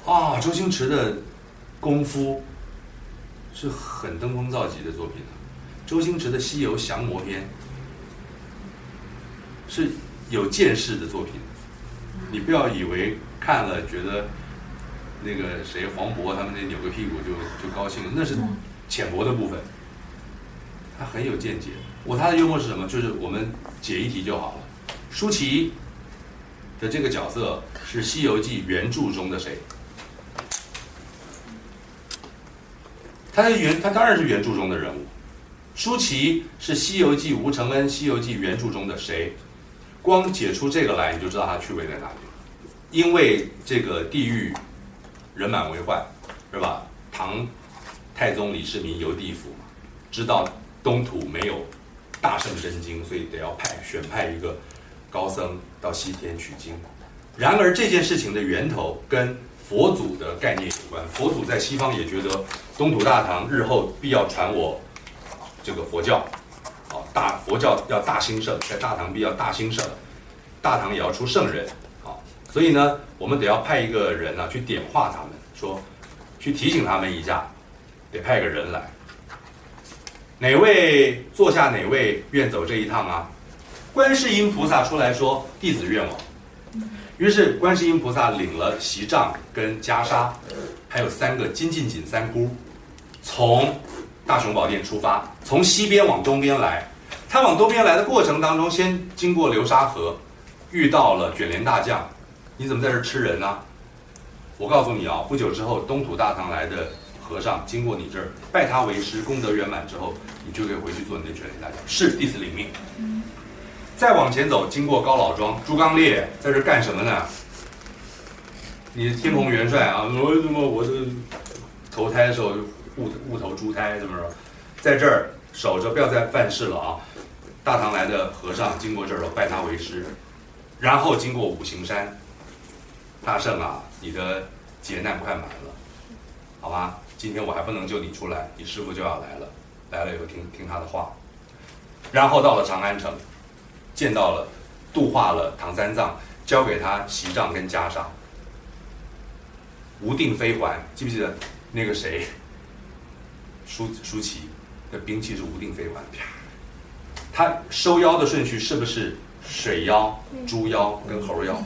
啊，周星驰的功夫是很登峰造极的作品的。周星驰的《西游降魔篇》是有见识的作品，你不要以为看了觉得那个谁黄渤他们那扭个屁股就高兴，那是浅薄的部分，他很有见解。他的幽默是什么？就是我们解一题就好了。舒淇的这个角色是《西游记》原著中的谁？他当然是原著中的人物。舒淇是《西游记》吴承恩《西游记》原著中的谁？光解出这个来，你就知道他趣味在哪里了。因为这个地狱人满为患，是吧？唐太宗李世民游地府嘛，知道东土没有大圣真经，所以得要选派一个高僧到西天取经。然而这件事情的源头跟佛祖的概念有关。佛祖在西方也觉得东土大唐日后必要传我这个佛教，佛教要大兴盛，在大唐必要大兴盛，大唐也要出圣人，所以呢，我们得要派一个人呢去点化他们，说去提醒他们一下，得派个人来。哪位坐下，哪位愿走这一趟啊？观世音菩萨出来说：“弟子愿往。”于是观世音菩萨领了席杖跟袈裟，还有3个金进锦3姑，从大雄宝殿出发，从西边往东边来。他往东边来的过程当中，先经过流沙河，遇到了卷帘大将。你怎么在这吃人呢？我告诉你啊，不久之后，东土大唐来的和尚经过你这儿，拜他为师，功德圆满之后，你就可以回去做你的卷帘大将。是，弟子领命。再往前走，经过高老庄，朱刚烈在这干什么呢？你天蓬元帅啊，我这投胎的时候误投猪胎，怎么着？在这儿守着，不要再犯事了啊！大唐来的和尚经过这儿了，拜他为师，然后经过五行山。大圣啊，你的劫难快满了，好吗？今天我还不能救你出来，你师父就要来了，来了以后听他的话，然后到了长安城。见到了，度化了唐三藏，交给他席杖跟袈裟。无定飞环，记不记得那个谁？舒淇的兵器是无定飞环，啪！他收妖的顺序是不是水妖、猪妖跟猴妖？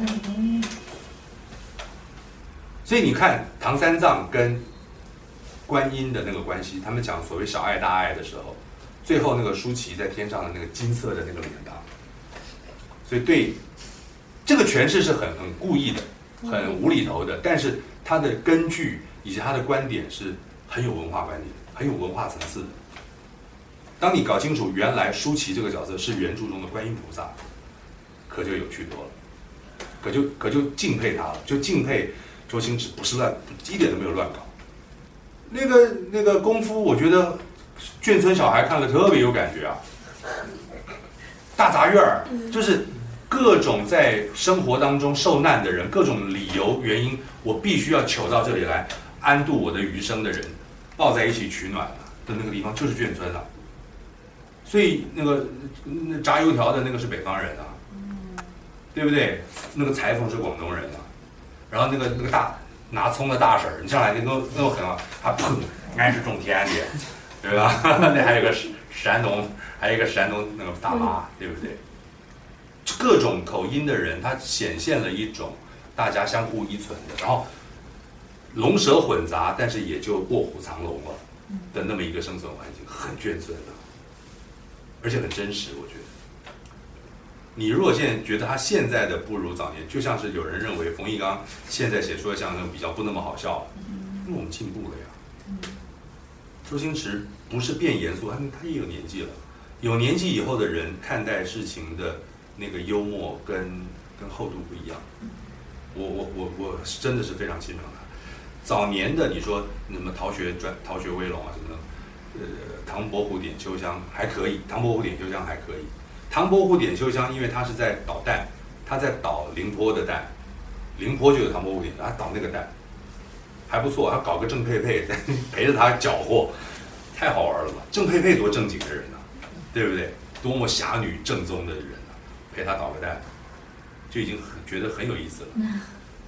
所以你看唐三藏跟观音的那个关系，他们讲所谓小爱大爱的时候，最后那个舒淇在天上的那个金色的那个脸蛋。所以对这个诠释是很故意的，很无厘头的，但是它的根据以及它的观点是很有文化观点、很有文化层次的。当你搞清楚原来舒淇这个角色是原著中的观音菩萨，可就有趣多了，可就敬佩他了，就敬佩周星驰不是一点都没有乱搞。那个功夫，我觉得眷村小孩看了特别有感觉啊。大杂院儿就是各种在生活当中受难的人，各种理由原因，我必须要求到这里来安度我的余生的人，抱在一起取暖的那个地方就是眷村了。所以那炸油条的那个是北方人啊，对不对？那个裁缝是广东人啊，然后那个大拿葱的大婶儿，你上来那个狠啊，他砰，俺是种田的，对吧？那还有个山东那个大妈，对不对？各种口音的人，他显现了一种大家相互依存的，然后龙蛇混杂，但是也就卧虎藏龙了的那么一个生存环境，很眷村的，而且很真实。我觉得，你如果现在觉得他现在的不如早年，就像是有人认为冯翊纲现在写出的相声比较不那么好笑，因为我们进步了呀。周星驰不是变严肃，他也有年纪了。有年纪以后的人看待事情的那个幽默跟厚度不一样。我真的是非常欣赏他。早年的你说什么逃学威龙啊什么的，唐伯虎点秋香还可以，唐伯虎点秋香还可以。唐伯虎点秋香因为他是在捣蛋，他在捣凌波的蛋，凌波就有唐伯虎点，他捣那个蛋还不错，他搞个郑佩佩陪着他搅和，太好玩了吧？郑佩佩多正经的人啊，对不对？多么侠女正宗的人啊，陪他捣个蛋，就已经觉得很有意思了。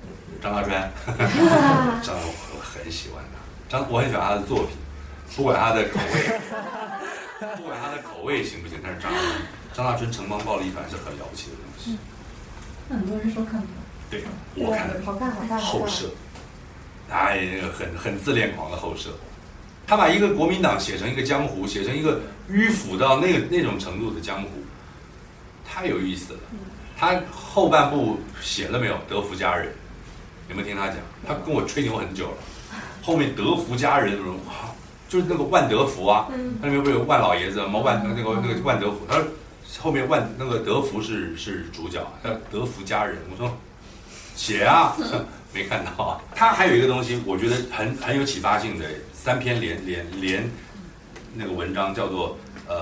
张大川，张我很喜欢他，我很喜欢他的作品，不管他的口味行不行，但是张大春《城邦暴力团》是很了不起的东西。 那很多人说看不懂。 对，我看好看。 后设，那个很自恋狂的后设，他把一个国民党写成一个江湖，写成一个迂腐到那种程度的江湖，太有意思了。他后半部写了没有？德福家人，有没有听他讲？他跟我吹牛很久了。后面德福家人哇，就是那个万德福啊，那里面不是有万老爷子吗？那个万德福，他说后面那个德福是主角，德福家人。我说写啊，没看到。他还有一个东西，我觉得很有启发性的3篇连那个文章，叫做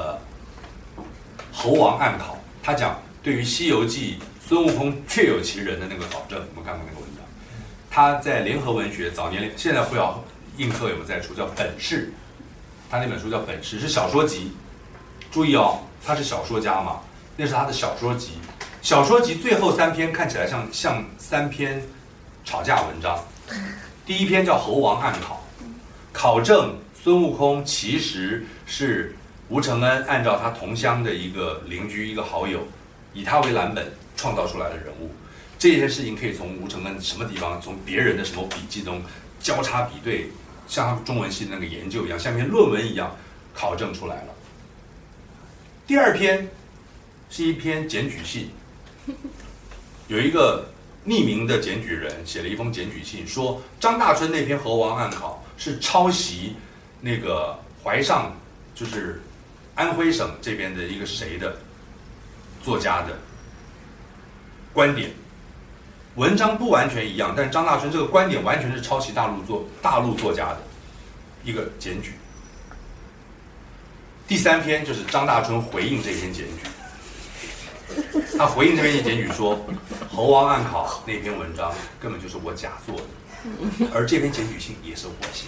猴王暗考。他讲对于《西游记》孙悟空确有其人的那个考证，我们看过那个文章。他在联合文学早年，现在不知道印刻有没有再出，叫《本事》。他那本书叫《本事》，是小说集。注意哦，他是小说家嘛，那是他的小说集。小说集最后3篇看起来像3篇吵架文章。第一篇叫《猴王暗考》，考证孙悟空其实是吴承恩按照他同乡的一个邻居、一个好友，以他为蓝本创造出来的人物。这件事情可以从吴承恩什么地方，从别人的什么笔记中交叉比对，像他中文系的那个研究一样，像篇论文一样考证出来了。第2篇是一篇检举信，有一个匿名的检举人写了一封检举信，说张大春那篇《猴王暗考》是抄袭那个淮上，就是安徽省这边的一个谁的作家的观点。文章不完全一样，但是张大春这个观点完全是抄袭大陆作家的一个检举。第3篇就是张大春回应这篇检举，他回应这篇检举说，《猴王暗考》那篇文章根本就是我假做的，而这篇检举信也是我写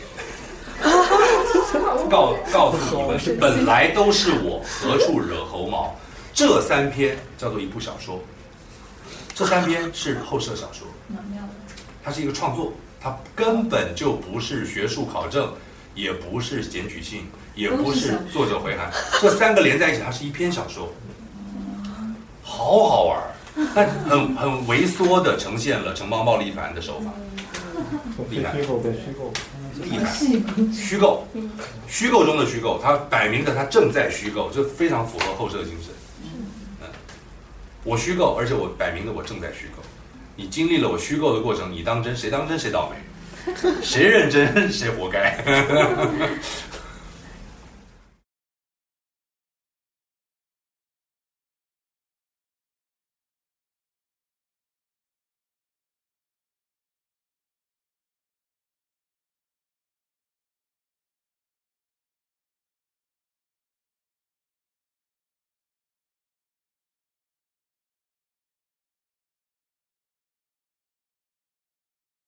的。告诉你们，本来都是我，何处惹猴毛？这3篇叫做一部小说。这3篇是后设小说，它是一个创作，它根本就不是学术考证，也不是检举信，也不是作者回函，这3个连在一起，它是一篇小说，好好玩，但很微缩的呈现了城邦暴力团的手法，厉害，厉害，虚构中的虚构，它摆明的它正在虚构，这非常符合后设精神。我虚构，而且我摆明的我正在虚构。你经历了我虚构的过程，你当真，谁当真谁倒霉，谁认真谁活该。